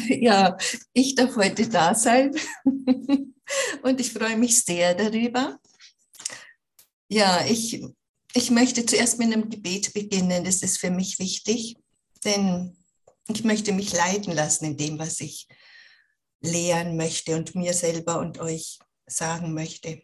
Ja, ich darf heute da sein und ich freue mich sehr darüber. Ja, ich möchte zuerst mit einem Gebet beginnen. Das ist für mich wichtig, denn ich möchte mich leiten lassen in dem, was ich lehren möchte und mir selber und euch sagen möchte.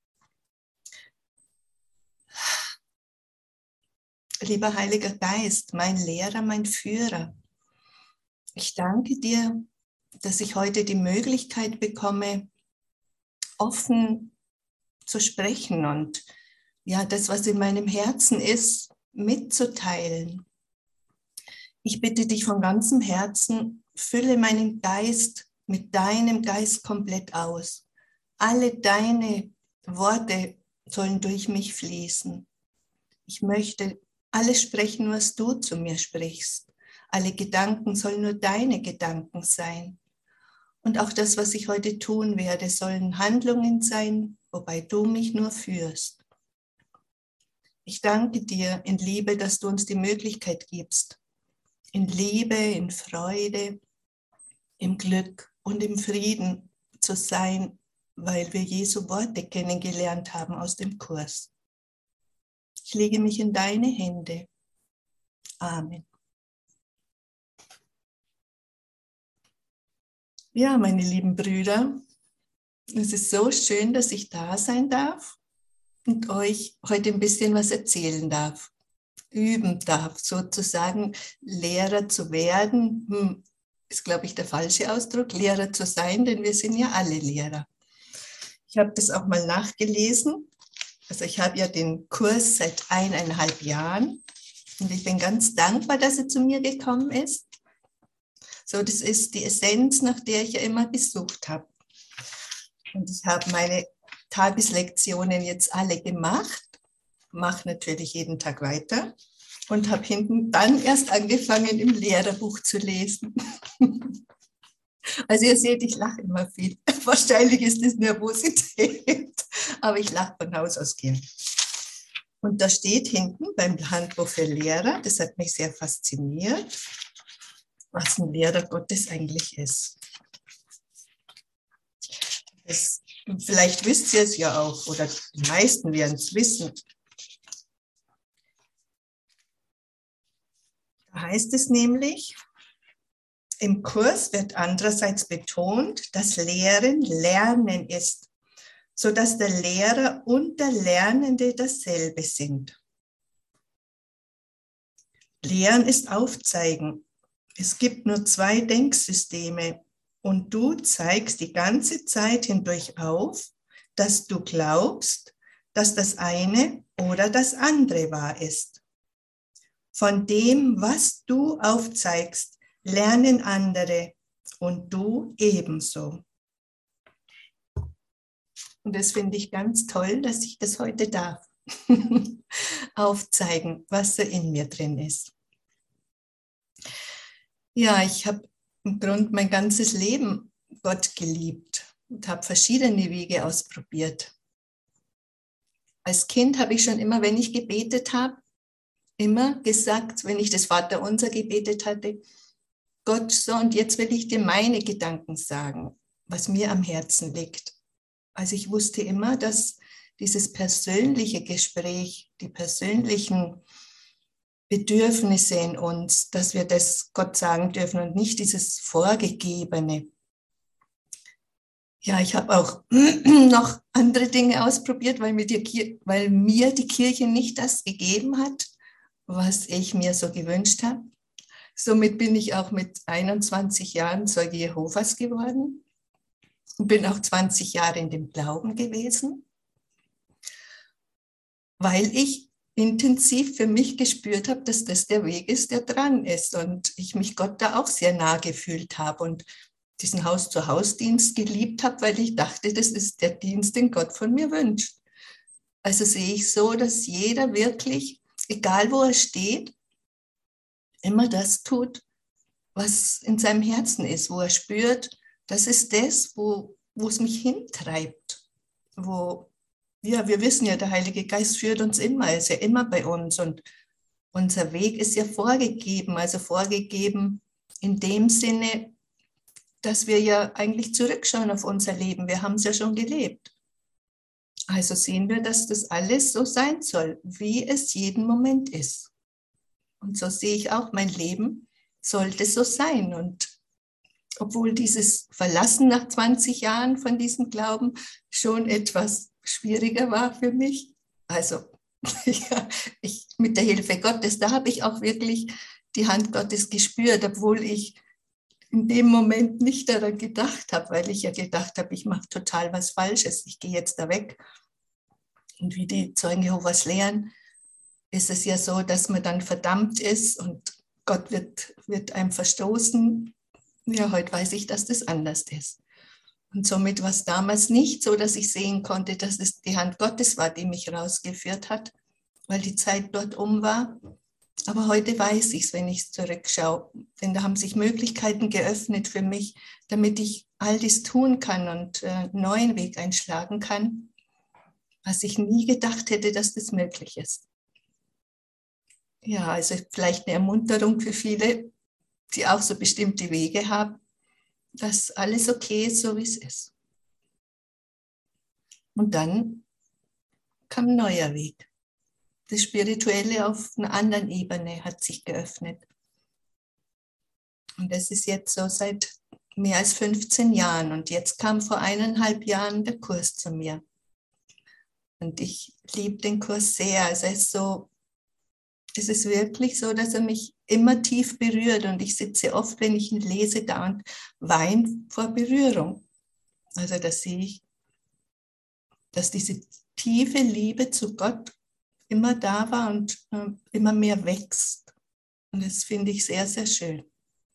Lieber Heiliger Geist, mein Lehrer, mein Führer, ich danke dir, dass ich heute die Möglichkeit bekomme, offen zu sprechen und ja, das, was in meinem Herzen ist, mitzuteilen. Ich bitte dich von ganzem Herzen, fülle meinen Geist mit deinem Geist komplett aus. Alle deine Worte sollen durch mich fließen. Ich möchte alles sprechen, was du zu mir sprichst. Alle Gedanken sollen nur deine Gedanken sein. Und auch das, was ich heute tun werde, sollen Handlungen sein, wobei du mich nur führst. Ich danke dir in Liebe, dass du uns die Möglichkeit gibst, in Liebe, in Freude, im Glück und im Frieden zu sein, weil wir Jesu Worte kennengelernt haben aus dem Kurs. Ich lege mich in deine Hände. Amen. Ja, meine lieben Brüder, es ist so schön, dass ich da sein darf und euch heute ein bisschen was erzählen darf, üben darf, sozusagen Lehrer zu werden, ist, glaube ich, der falsche Ausdruck, Lehrer zu sein, denn wir sind ja alle Lehrer. Ich habe das auch mal nachgelesen. Also ich habe ja den Kurs seit 1,5 Jahren und ich bin ganz dankbar, dass er zu mir gekommen ist. So, das ist die Essenz, nach der ich ja immer gesucht habe. Und ich habe meine Tageslektionen jetzt alle gemacht, mache natürlich jeden Tag weiter und habe hinten dann erst angefangen, im Lehrerbuch zu lesen. Also ihr seht, ich lache immer viel. Wahrscheinlich ist es Nervosität, aber ich lache von Haus aus gern. Und da steht hinten beim Handbuch für Lehrer, das hat mich sehr fasziniert, was ein Lehrer Gottes eigentlich ist. Vielleicht wisst ihr es ja auch, oder die meisten werden es wissen. Da heißt es nämlich, im Kurs wird andererseits betont, dass Lehren Lernen ist, sodass der Lehrer und der Lernende dasselbe sind. Lehren ist Aufzeigen. Es gibt nur 2 Denksysteme und du zeigst die ganze Zeit hindurch auf, dass du glaubst, dass das eine oder das andere wahr ist. Von dem, was du aufzeigst, lernen andere und du ebenso. Und das finde ich ganz toll, dass ich das heute darf. Aufzeigen, was so in mir drin ist. Ja, ich habe im Grunde mein ganzes Leben Gott geliebt und habe verschiedene Wege ausprobiert. Als Kind habe ich schon immer, wenn ich gebetet habe, immer gesagt, wenn ich das Vaterunser gebetet hatte, Gott, so und jetzt will ich dir meine Gedanken sagen, was mir am Herzen liegt. Also ich wusste immer, dass dieses persönliche Gespräch, die persönlichen Bedürfnisse in uns, dass wir das Gott sagen dürfen und nicht dieses Vorgegebene. Ja, ich habe auch noch andere Dinge ausprobiert, weil mir die Kirche nicht das gegeben hat, was ich mir so gewünscht habe. Somit bin ich auch mit 21 Jahren Zeuge Jehovas geworden und bin auch 20 Jahre in dem Glauben gewesen, weil ich intensiv für mich gespürt habe, dass das der Weg ist, der dran ist und ich mich Gott da auch sehr nah gefühlt habe und diesen Haus-zu-Haus-Dienst geliebt habe, weil ich dachte, das ist der Dienst, den Gott von mir wünscht. Also sehe ich so, dass jeder wirklich, egal wo er steht, immer das tut, was in seinem Herzen ist, wo er spürt, das ist das, wo es mich hintreibt. Ja, wir wissen ja, der Heilige Geist führt uns immer, ist ja immer bei uns und unser Weg ist ja vorgegeben, also vorgegeben in dem Sinne, dass wir ja eigentlich zurückschauen auf unser Leben. Wir haben es ja schon gelebt. Also sehen wir, dass das alles so sein soll, wie es jeden Moment ist. Und so sehe ich auch, mein Leben sollte so sein. Und obwohl dieses Verlassen nach 20 Jahren von diesem Glauben schon etwas schwieriger war für mich, also mit der Hilfe Gottes, da habe ich auch wirklich die Hand Gottes gespürt, obwohl ich in dem Moment nicht daran gedacht habe, weil ich ja gedacht habe, ich mache total was Falsches, ich gehe jetzt da weg. Und wie die Zeugen Jehovas lehren, ist es ja so, dass man dann verdammt ist und Gott wird einem verstoßen. Ja, heute weiß ich, dass das anders ist. Und somit war es damals nicht so, dass ich sehen konnte, dass es die Hand Gottes war, die mich rausgeführt hat, weil die Zeit dort war. Aber heute weiß ich es, wenn ich zurückschaue. Denn da haben sich Möglichkeiten geöffnet für mich, damit ich all dies tun kann und einen neuen Weg einschlagen kann, was ich nie gedacht hätte, dass das möglich ist. Ja, also vielleicht eine Ermunterung für viele, die auch so bestimmte Wege haben, dass alles okay ist, so wie es ist. Und dann kam ein neuer Weg. Das Spirituelle auf einer anderen Ebene hat sich geöffnet. Und das ist jetzt so seit mehr als 15 Jahren. Und jetzt kam vor 1,5 Jahren der Kurs zu mir. Und ich liebe den Kurs sehr. Also es ist wirklich so, dass er mich immer tief berührt. Und ich sitze oft, wenn ich ihn lese, da und weine vor Berührung. Also da sehe ich, dass diese tiefe Liebe zu Gott immer da war und immer mehr wächst. Und das finde ich sehr, sehr schön.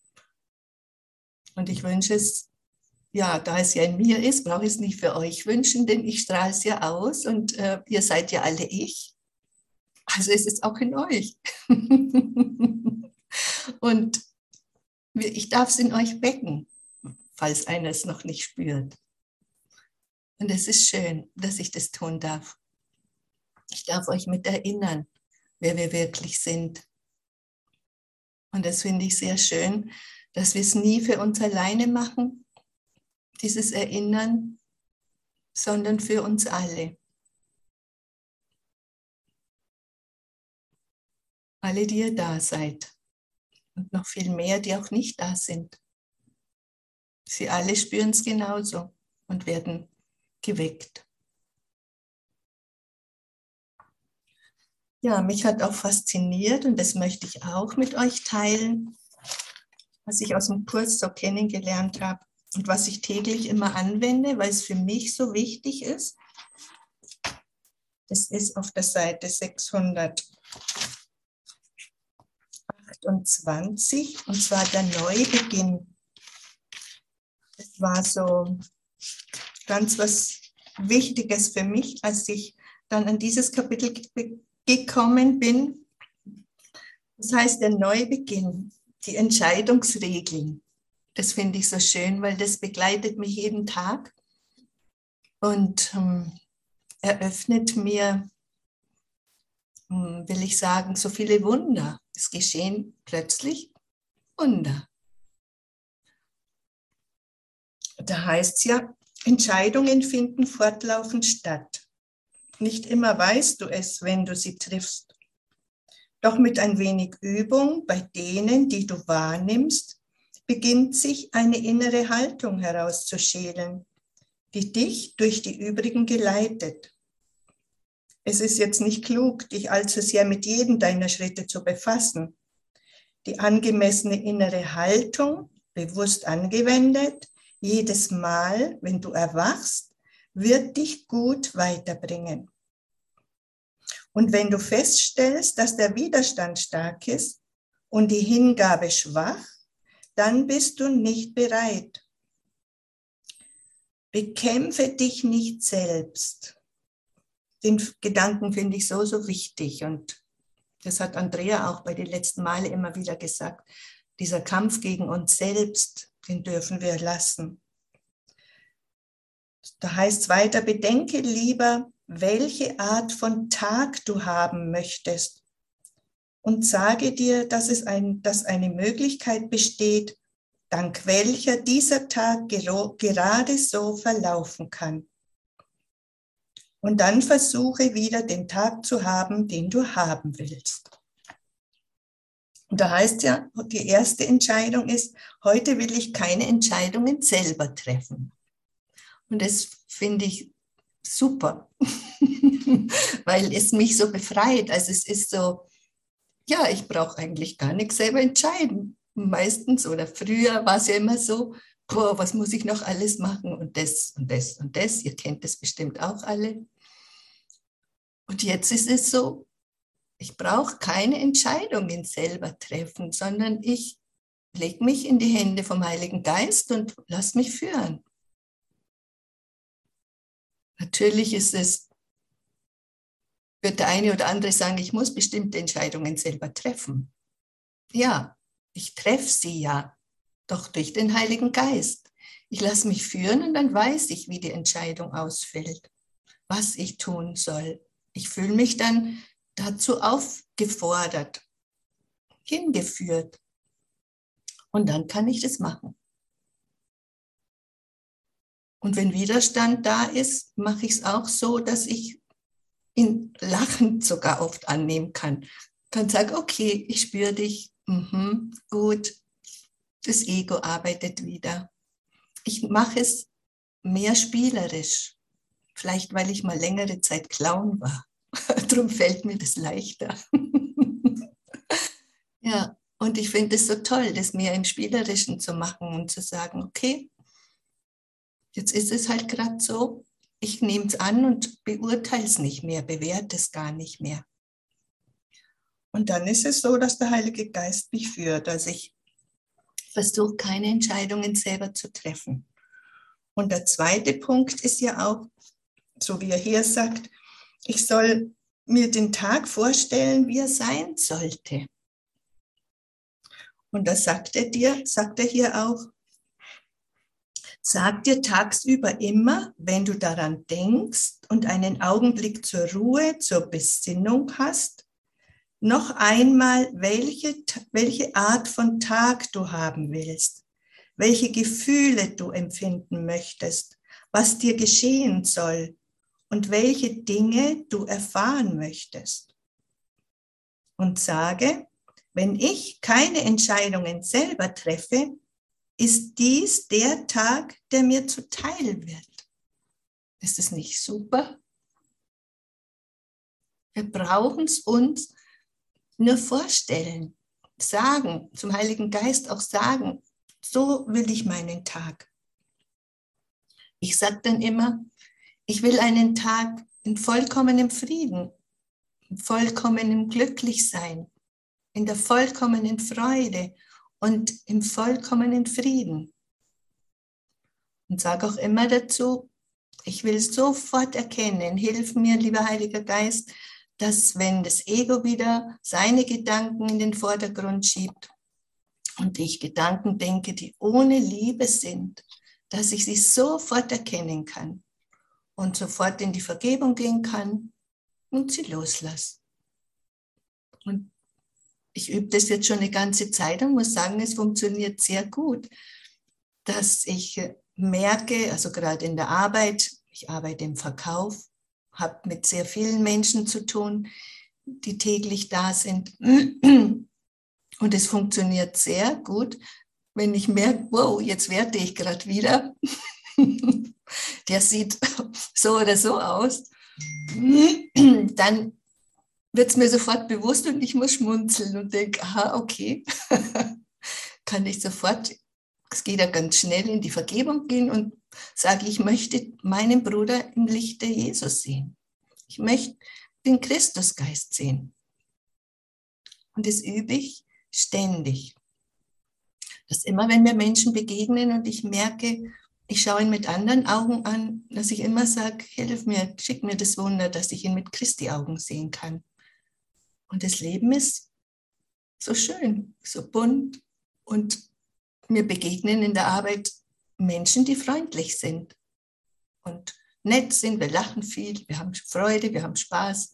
Und ich wünsche es, ja, da es ja in mir ist, brauche ich es nicht für euch wünschen, denn ich strahle es ja aus und ihr seid ja alle ich. Also es ist auch in euch. Und ich darf es in euch wecken, falls einer es noch nicht spürt. Und es ist schön, dass ich das tun darf. Ich darf euch mit erinnern, wer wir wirklich sind. Und das finde ich sehr schön, dass wir es nie für uns alleine machen, dieses Erinnern, sondern für uns alle. Alle, die ihr da seid. Und noch viel mehr, die auch nicht da sind. Sie alle spüren es genauso und werden geweckt. Ja, mich hat auch fasziniert und das möchte ich auch mit euch teilen, was ich aus dem Kurs so kennengelernt habe und was ich täglich immer anwende, weil es für mich so wichtig ist. Das ist auf der Seite 628 und zwar der Neubeginn. Das war so ganz was Wichtiges für mich, als ich dann an dieses Kapitel gekommen bin. Das heißt, der Neubeginn, die Entscheidungsregeln. Das finde ich so schön, weil das begleitet mich jeden Tag und eröffnet mir, will ich sagen, so viele Wunder. Es geschehen plötzlich Wunder. Da heißt es ja, Entscheidungen finden fortlaufend statt. Nicht immer weißt du es, wenn du sie triffst. Doch mit ein wenig Übung bei denen, die du wahrnimmst, beginnt sich eine innere Haltung herauszuschälen, die dich durch die übrigen geleitet. Es ist jetzt nicht klug, dich allzu sehr mit jedem deiner Schritte zu befassen. Die angemessene innere Haltung, bewusst angewendet, jedes Mal, wenn du erwachst, wird dich gut weiterbringen. Und wenn du feststellst, dass der Widerstand stark ist und die Hingabe schwach, dann bist du nicht bereit. Bekämpfe dich nicht selbst. Den Gedanken finde ich so, so wichtig. Und das hat Andrea auch bei den letzten Malen immer wieder gesagt. Dieser Kampf gegen uns selbst, den dürfen wir lassen. Da heißt es weiter, bedenke lieber, welche Art von Tag du haben möchtest und sage dir, dass eine Möglichkeit besteht, dank welcher dieser Tag gerade so verlaufen kann. Und dann versuche wieder den Tag zu haben, den du haben willst. Und da heißt ja, die erste Entscheidung ist, heute will ich keine Entscheidungen selber treffen. Und das finde ich super, weil es mich so befreit. Also es ist so, ja, ich brauche eigentlich gar nichts selber entscheiden. Meistens oder früher war es ja immer so, boah, was muss ich noch alles machen und das und das und das. Ihr kennt das bestimmt auch alle. Und jetzt ist es so, ich brauche keine Entscheidungen selber treffen, sondern ich lege mich in die Hände vom Heiligen Geist und lasse mich führen. Natürlich wird der eine oder andere sagen, ich muss bestimmte Entscheidungen selber treffen. Ja, ich treffe sie ja, doch durch den Heiligen Geist. Ich lasse mich führen und dann weiß ich, wie die Entscheidung ausfällt, was ich tun soll. Ich fühle mich dann dazu aufgefordert, hingeführt. Und dann kann ich das machen. Und wenn Widerstand da ist, mache ich es auch so, dass ich ihn lachend sogar oft annehmen kann. Kann sagen, okay, ich spüre dich, gut, das Ego arbeitet wieder. Ich mache es mehr spielerisch, vielleicht weil ich mal längere Zeit Clown war. Darum fällt mir das leichter. Ja, und ich finde es so toll, das mehr im Spielerischen zu machen und zu sagen, okay, jetzt ist es halt gerade so, ich nehme es an und beurteile es nicht mehr, bewerte es gar nicht mehr. Und dann ist es so, dass der Heilige Geist mich führt. Also ich versuche, keine Entscheidungen selber zu treffen. Und der zweite Punkt ist ja auch, so wie er hier sagt, ich soll mir den Tag vorstellen, wie er sein sollte. Und das sagt er hier auch, sag dir tagsüber immer, wenn du daran denkst und einen Augenblick zur Ruhe, zur Besinnung hast, noch einmal, welche Art von Tag du haben willst, welche Gefühle du empfinden möchtest, was dir geschehen soll und welche Dinge du erfahren möchtest. Und sage, wenn ich keine Entscheidungen selber treffe, ist dies der Tag, der mir zuteil wird. Ist es nicht super? Wir brauchen es uns nur vorstellen, sagen, zum Heiligen Geist auch sagen, so will ich meinen Tag. Ich sage dann immer, ich will einen Tag in vollkommenem Frieden, in vollkommenem Glücklichsein, in der vollkommenen Freude und im vollkommenen Frieden. Und sage auch immer dazu, ich will sofort erkennen, hilf mir, lieber Heiliger Geist, dass wenn das Ego wieder seine Gedanken in den Vordergrund schiebt und ich Gedanken denke, die ohne Liebe sind, dass ich sie sofort erkennen kann und sofort in die Vergebung gehen kann und sie loslasse. Und ich übe das jetzt schon eine ganze Zeit und muss sagen, es funktioniert sehr gut, dass ich merke, also gerade in der Arbeit, ich arbeite im Verkauf, habe mit sehr vielen Menschen zu tun, die täglich da sind. Und es funktioniert sehr gut, wenn ich merke, wow, jetzt werte ich gerade wieder. Der sieht so oder so aus. Dann wird es mir sofort bewusst und ich muss schmunzeln und denke, aha, okay, kann ich sofort, es geht ja ganz schnell in die Vergebung gehen und sage, ich möchte meinen Bruder im Lichte Jesus sehen. Ich möchte den Christusgeist sehen. Und das übe ich ständig. Dass immer, wenn mir Menschen begegnen und ich merke, ich schaue ihn mit anderen Augen an, dass ich immer sage, hilf mir, schick mir das Wunder, dass ich ihn mit Christi Augen sehen kann. Und das Leben ist so schön, so bunt und mir begegnen in der Arbeit Menschen, die freundlich sind und nett sind. Wir lachen viel, wir haben Freude, wir haben Spaß.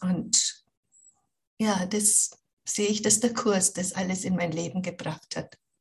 Und ja, das sehe ich, dass der Kurs das alles in mein Leben gebracht hat.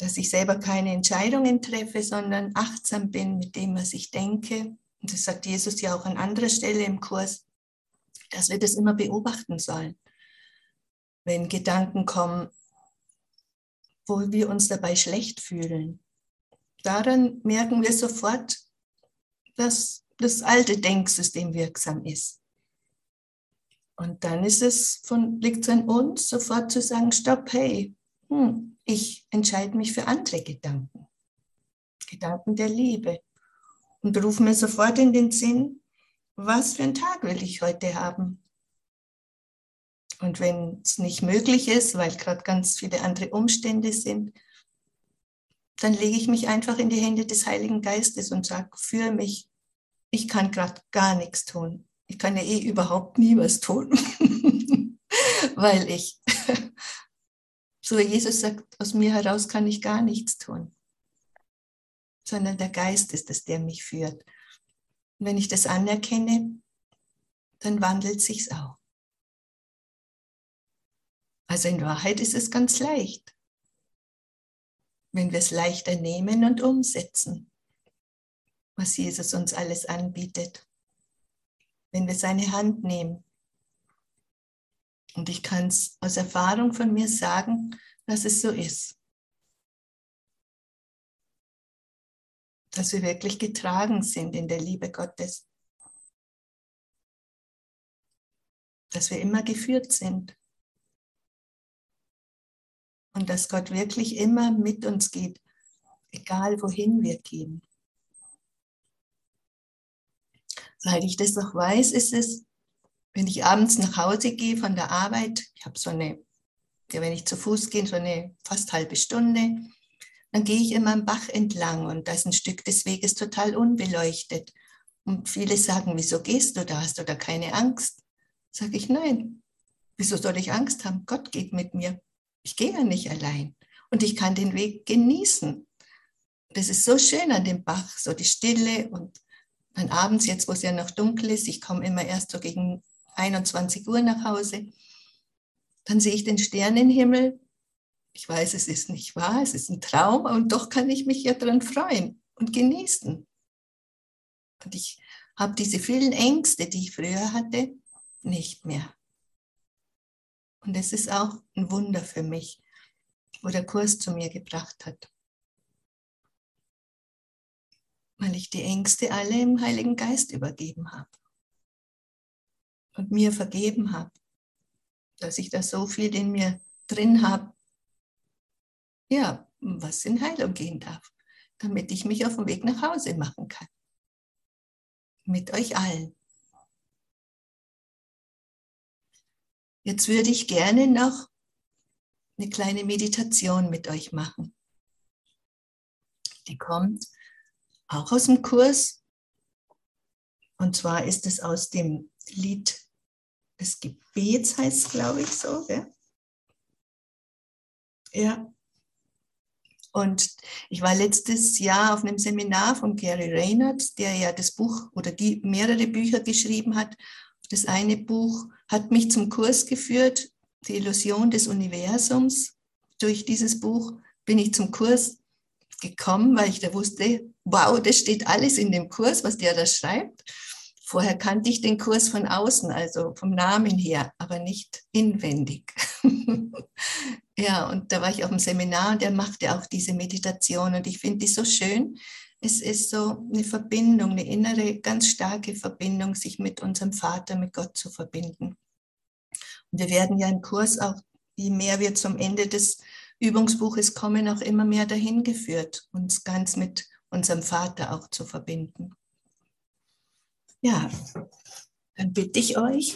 dass ich selber keine Entscheidungen treffe, sondern achtsam bin mit dem, was ich denke. Und das sagt Jesus ja auch an anderer Stelle im Kurs, dass wir das immer beobachten sollen. Wenn Gedanken kommen, wo wir uns dabei schlecht fühlen, daran merken wir sofort, dass das alte Denksystem wirksam ist. Und dann liegt es an uns, sofort zu sagen, stopp, hey, ich entscheide mich für andere Gedanken. Gedanken der Liebe. Und rufe mir sofort in den Sinn, was für einen Tag will ich heute haben? Und wenn es nicht möglich ist, weil gerade ganz viele andere Umstände sind, dann lege ich mich einfach in die Hände des Heiligen Geistes und sage, für mich, ich kann gerade gar nichts tun. Ich kann ja überhaupt nie was tun, weil so wie Jesus sagt, aus mir heraus kann ich gar nichts tun, sondern der Geist ist es, der mich führt. Und wenn ich das anerkenne, dann wandelt sich's auch. Also in Wahrheit ist es ganz leicht, wenn wir es leichter nehmen und umsetzen, was Jesus uns alles anbietet. Wenn wir seine Hand nehmen. Und ich kann es aus Erfahrung von mir sagen, dass es so ist. Dass wir wirklich getragen sind in der Liebe Gottes. Dass wir immer geführt sind. Und dass Gott wirklich immer mit uns geht, egal wohin wir gehen. Seit ich das noch weiß, ist es, wenn ich abends nach Hause gehe von der Arbeit, ich habe wenn ich zu Fuß gehe, so eine fast halbe Stunde, dann gehe ich immer am Bach entlang und da ist ein Stück des Weges total unbeleuchtet. Und viele sagen, wieso gehst du da? Hast du da keine Angst? Sage ich, nein. Wieso soll ich Angst haben? Gott geht mit mir. Ich gehe ja nicht allein. Und ich kann den Weg genießen. Das ist so schön an dem Bach, so die Stille. Und dann abends, jetzt wo es ja noch dunkel ist, ich komme immer erst so gegen 21 Uhr nach Hause, dann sehe ich den Sternenhimmel. Ich weiß, es ist nicht wahr, es ist ein Traum, und doch kann ich mich ja daran freuen und genießen. Und ich habe diese vielen Ängste, die ich früher hatte, nicht mehr. Und es ist auch ein Wunder für mich, wo der Kurs zu mir gebracht hat. Weil ich die Ängste alle im Heiligen Geist übergeben habe. Und mir vergeben habe. Dass ich da so viel in mir drin habe, ja, was in Heilung gehen darf. Damit ich mich auf den Weg nach Hause machen kann. Mit euch allen. Jetzt würde ich gerne noch eine kleine Meditation mit euch machen. Die kommt auch aus dem Kurs. Und zwar ist es aus dem Lied des Gebets, heißt es, glaube ich, so. Gell? Ja. Und ich war letztes Jahr auf einem Seminar von Gary Reinhardt, der ja das Buch oder die mehrere Bücher geschrieben hat. Das eine Buch hat mich zum Kurs geführt, die Illusion des Universums. Durch dieses Buch bin ich zum Kurs gekommen, weil ich da wusste, wow, das steht alles in dem Kurs, was der da schreibt. Vorher kannte ich den Kurs von außen, also vom Namen her, aber nicht inwendig. Ja, und da war ich auf dem Seminar und er machte auch diese Meditation und ich finde die so schön. Es ist so eine Verbindung, eine innere, ganz starke Verbindung, sich mit unserem Vater, mit Gott zu verbinden. Und wir werden ja im Kurs auch, je mehr wir zum Ende des Übungsbuches kommen, auch immer mehr dahin geführt, uns ganz mit unserem Vater auch zu verbinden. Ja, dann bitte ich euch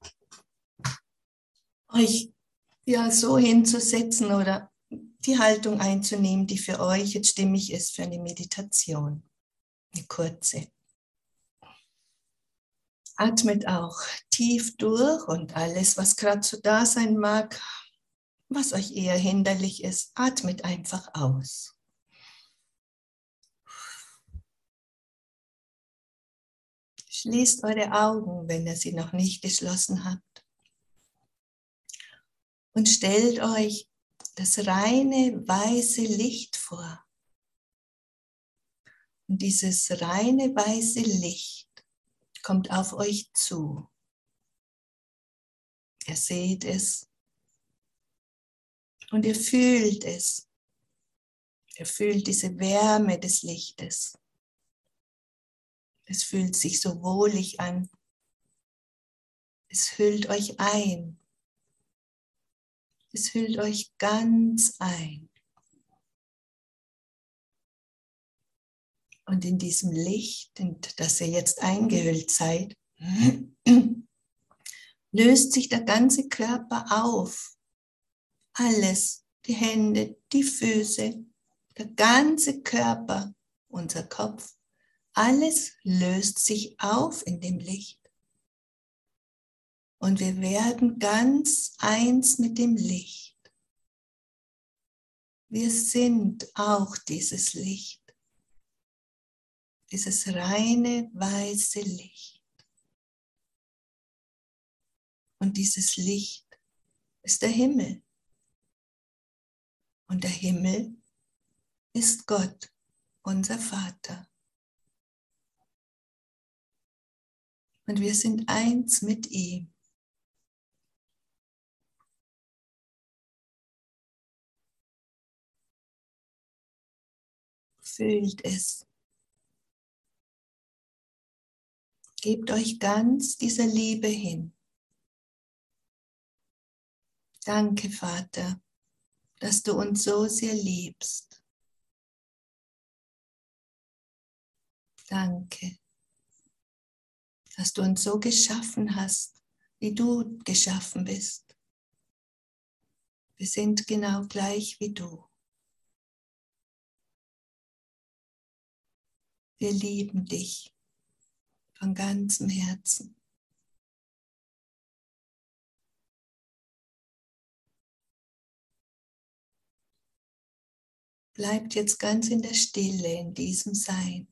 ja so hinzusetzen oder die Haltung einzunehmen, die für euch jetzt stimmig ist für eine Meditation. Eine kurze. Atmet auch tief durch und alles, was gerade so da sein mag, was euch eher hinderlich ist, atmet einfach aus. Schließt eure Augen, wenn ihr sie noch nicht geschlossen habt. Und stellt euch das reine weiße Licht vor. Und dieses reine weiße Licht kommt auf euch zu. Ihr seht es und ihr fühlt es. Ihr fühlt diese Wärme des Lichtes. Es fühlt sich so wohlig an. Es hüllt euch ein. Es hüllt euch ganz ein. Und in diesem Licht, in das ihr jetzt eingehüllt seid, löst sich der ganze Körper auf. Alles, die Hände, die Füße, der ganze Körper, unser Kopf, alles löst sich auf in dem Licht. Und wir werden ganz eins mit dem Licht. Wir sind auch dieses Licht. Dieses reine, weiße Licht. Und dieses Licht ist der Himmel. Und der Himmel ist Gott, unser Vater. Und wir sind eins mit ihm. Fühlt es. Gebt euch ganz dieser Liebe hin. Danke, Vater, dass du uns so sehr liebst. Danke, dass du uns so geschaffen hast, wie du geschaffen bist. Wir sind genau gleich wie du. Wir lieben dich von ganzem Herzen. Bleibt jetzt ganz in der Stille, in diesem Sein.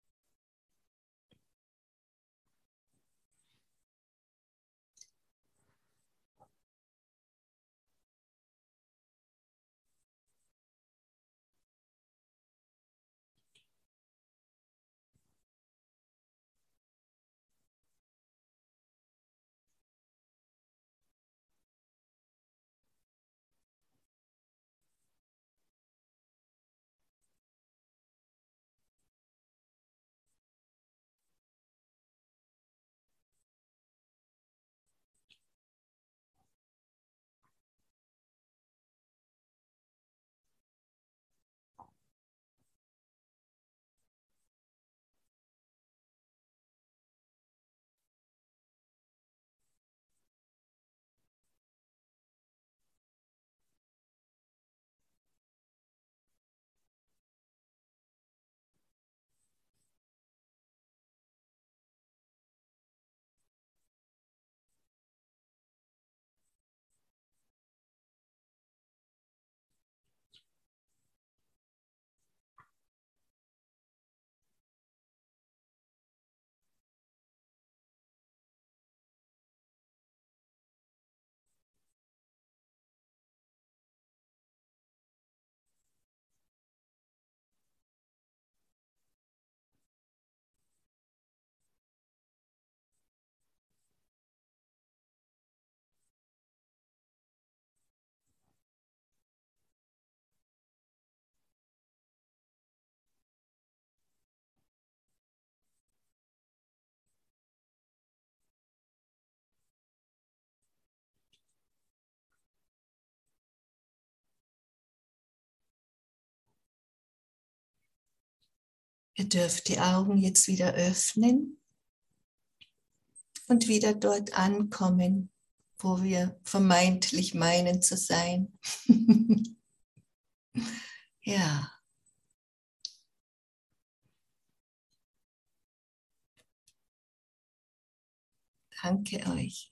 Ihr dürft die Augen jetzt wieder öffnen und wieder dort ankommen, wo wir vermeintlich meinen zu sein. Ja. Danke euch.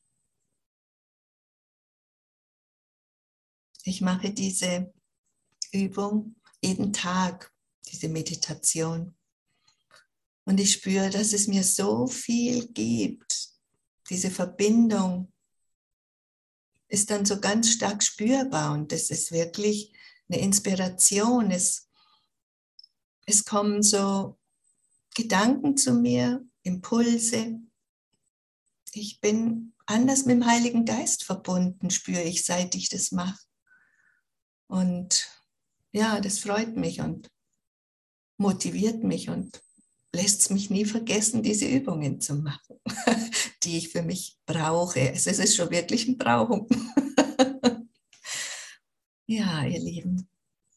Ich mache diese Übung jeden Tag, diese Meditation. Und ich spüre, dass es mir so viel gibt. Diese Verbindung ist dann so ganz stark spürbar und das ist wirklich eine Inspiration. Es kommen so Gedanken zu mir, Impulse. Ich bin anders mit dem Heiligen Geist verbunden, spüre ich, seit ich das mache. Und ja, das freut mich und motiviert mich und lässt es mich nie vergessen, diese Übungen zu machen, die ich für mich brauche. Es ist schon wirklich ein Brauchen. Ja, ihr Lieben.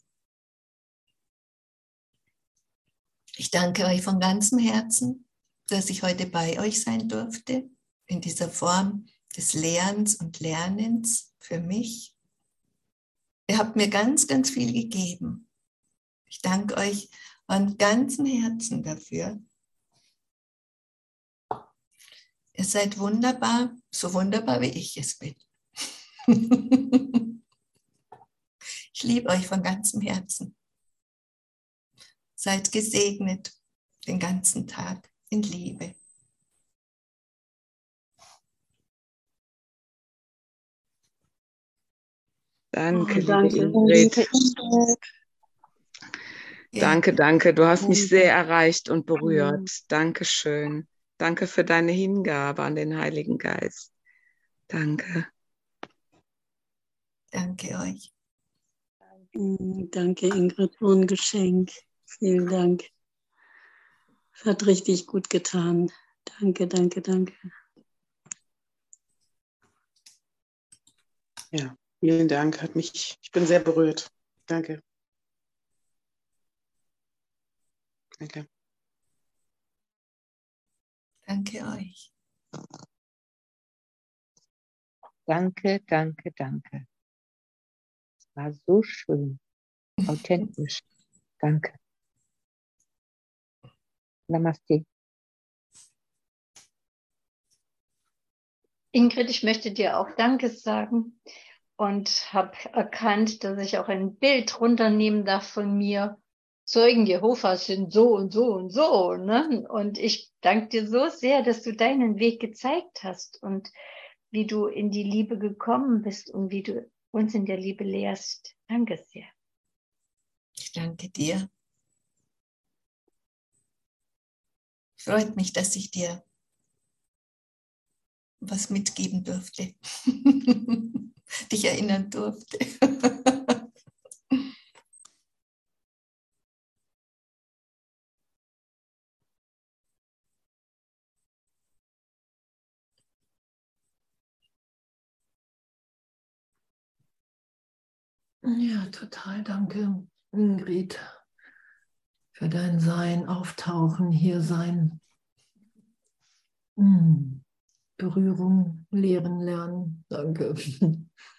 Ich danke euch von ganzem Herzen, dass ich heute bei euch sein durfte, in dieser Form des Lehrens und Lernens für mich. Ihr habt mir ganz, ganz viel gegeben. Ich danke euch von ganzem Herzen dafür. Ihr seid wunderbar, so wunderbar wie ich es bin. Ich liebe euch von ganzem Herzen. Seid gesegnet den ganzen Tag in Liebe. Danke, Danke. liebe Ingrid. Ja. Danke, danke. Du hast mich sehr erreicht und berührt. Dankeschön. Danke für deine Hingabe an den Heiligen Geist. Danke. Danke euch. Danke, Ingrid, für ein Geschenk. Vielen Dank. Hat richtig gut getan. Danke, danke, danke. Ja, vielen Dank. Ich bin sehr berührt. Danke. Danke. Danke euch. Danke, danke, danke. Es war so schön, authentisch. Danke. Namaste. Ingrid, ich möchte dir auch Danke sagen und habe erkannt, dass ich auch ein Bild runternehmen darf von mir. Zeugen Jehovas sind so und so und so. Ne? Und ich danke dir so sehr, dass du deinen Weg gezeigt hast und wie du in die Liebe gekommen bist und wie du uns in der Liebe lehrst. Danke sehr. Ich danke dir. Freut mich, dass ich dir was mitgeben durfte. Dich erinnern durfte. Ja, total danke, Ingrid, für dein Sein, Auftauchen, Hiersein. Berührung, Lehren, Lernen. Danke.